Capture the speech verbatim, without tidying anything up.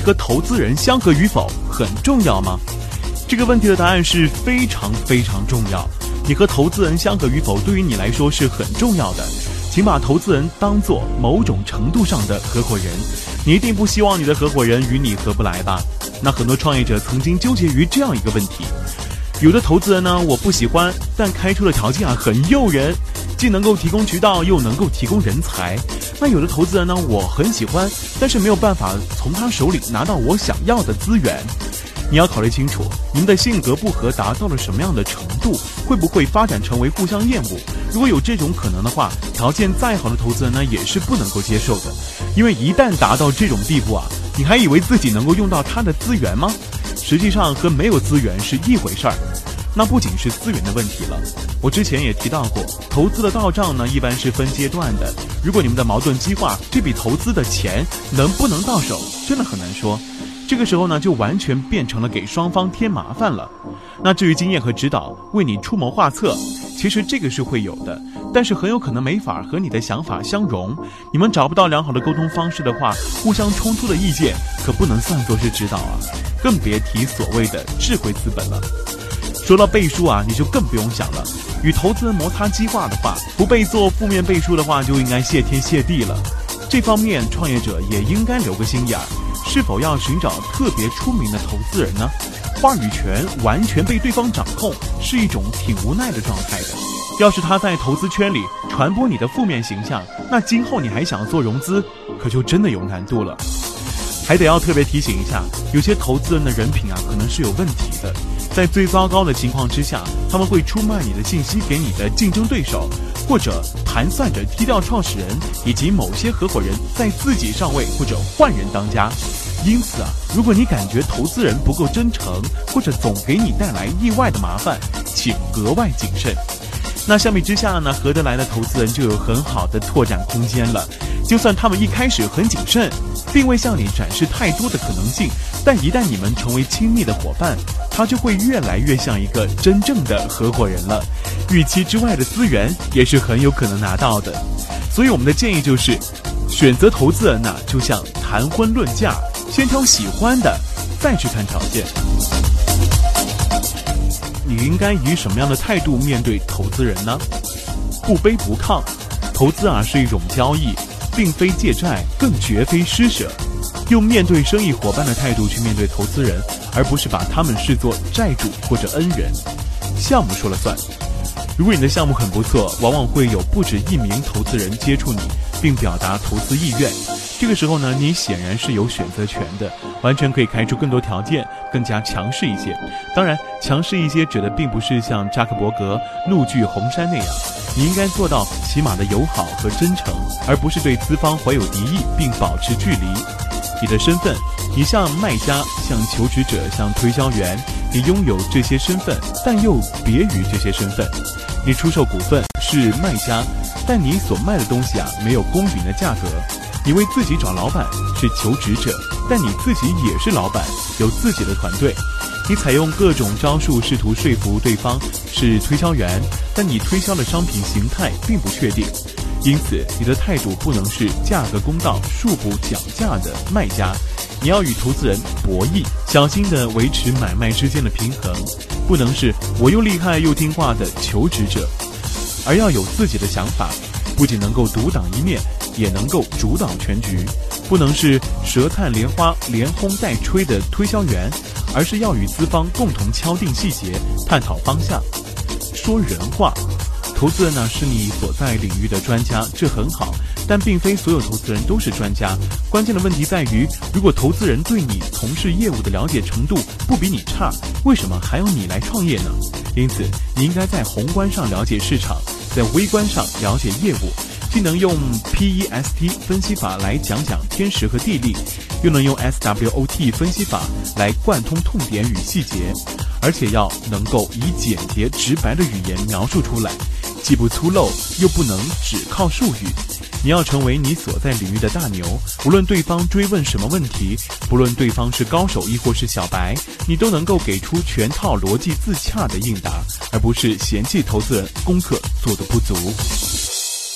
和投资人相合与否很重要吗？这个问题的答案是非常非常重要。你和投资人相合与否对于你来说是很重要的，请把投资人当作某种程度上的合伙人。你一定不希望你的合伙人与你合不来吧？那很多创业者曾经纠结于这样一个问题，有的投资人呢我不喜欢，但开出的条件啊很诱人，既能够提供渠道又能够提供人才。那有的投资人呢我很喜欢，但是没有办法从他手里拿到我想要的资源。你要考虑清楚，你们的性格不合达到了什么样的程度，会不会发展成为互相厌恶。如果有这种可能的话，条件再好的投资人呢也是不能够接受的。因为一旦达到这种地步啊，你还以为自己能够用到他的资源吗？实际上和没有资源是一回事儿。那不仅是资源的问题了，我之前也提到过，投资的到账呢一般是分阶段的。如果你们的矛盾激化，这笔投资的钱能不能到手真的很难说。这个时候呢就完全变成了给双方添麻烦了。那至于经验和指导，为你出谋划策，其实这个是会有的，但是很有可能没法和你的想法相融。你们找不到良好的沟通方式的话，互相冲突的意见可不能算作是指导啊，更别提所谓的智慧资本了。说到背书啊，你就更不用想了。与投资人摩擦激化的话，不被做负面背书的话，就应该谢天谢地了。这方面创业者也应该留个心眼儿，是否要寻找特别出名的投资人呢？话语权完全被对方掌控，是一种挺无奈的状态的。要是他在投资圈里传播你的负面形象，那今后你还想做融资，可就真的有难度了。还得要特别提醒一下，有些投资人的人品啊，可能是有问题的。在最糟糕的情况之下，他们会出卖你的信息给你的竞争对手，或者盘算着踢掉创始人以及某些合伙人，在自己上位或者换人当家。因此啊，如果你感觉投资人不够真诚，或者总给你带来意外的麻烦，请格外谨慎。那相比之下呢，合得来的投资人就有很好的拓展空间了。就算他们一开始很谨慎，并未向你展示太多的可能性，但一旦你们成为亲密的伙伴，他就会越来越像一个真正的合伙人了。预期之外的资源也是很有可能拿到的。所以我们的建议就是，选择投资人呢、啊，就像谈婚论嫁，先挑喜欢的，再去看条件。你应该以什么样的态度面对投资人呢？不卑不亢。投资啊是一种交易，并非借债，更绝非施舍。用面对生意伙伴的态度去面对投资人，而不是把他们视作债主或者恩人。项目说了算。如果你的项目很不错，往往会有不止一名投资人接触你，并表达投资意愿。这个时候呢，你显然是有选择权的，完全可以开出更多条件，更加强势一些。当然，强势一些指的并不是像扎克伯格怒拒红杉那样，你应该做到起码的友好和真诚，而不是对资方怀有敌意并保持距离。你的身份，你像卖家，像求职者，像推销员，你拥有这些身份，但又别于这些身份。你出售股份是卖家，但你所卖的东西啊没有公允的价格。你为自己找老板是求职者，但你自己也是老板，有自己的团队。你采用各种招数试图说服对方是推销员，但你推销的商品形态并不确定。因此你的态度不能是价格公道、恕不讲价的卖家，你要与投资人博弈，小心地维持买卖之间的平衡，不能是我又厉害又听话的求职者，而要有自己的想法，不仅能够独当一面，也能够主导全局。不能是舌灿莲花、连轰带吹的推销员，而是要与资方共同敲定细节，探讨方向。说人话，投资人呢是你所在领域的专家，这很好，但并非所有投资人都是专家。关键的问题在于，如果投资人对你从事业务的了解程度不比你差，为什么还要你来创业呢？因此，你应该在宏观上了解市场，在微观上了解业务，既能用 P E S T 分析法来讲讲天时和地利，又能用 S W O T 分析法来贯通痛点与细节，而且要能够以简洁直白的语言描述出来，既不粗陋，又不能只靠术语。你要成为你所在领域的大牛，无论对方追问什么问题，不论对方是高手亦或是小白，你都能够给出全套逻辑自洽的应答，而不是嫌弃投资人功课做得不足。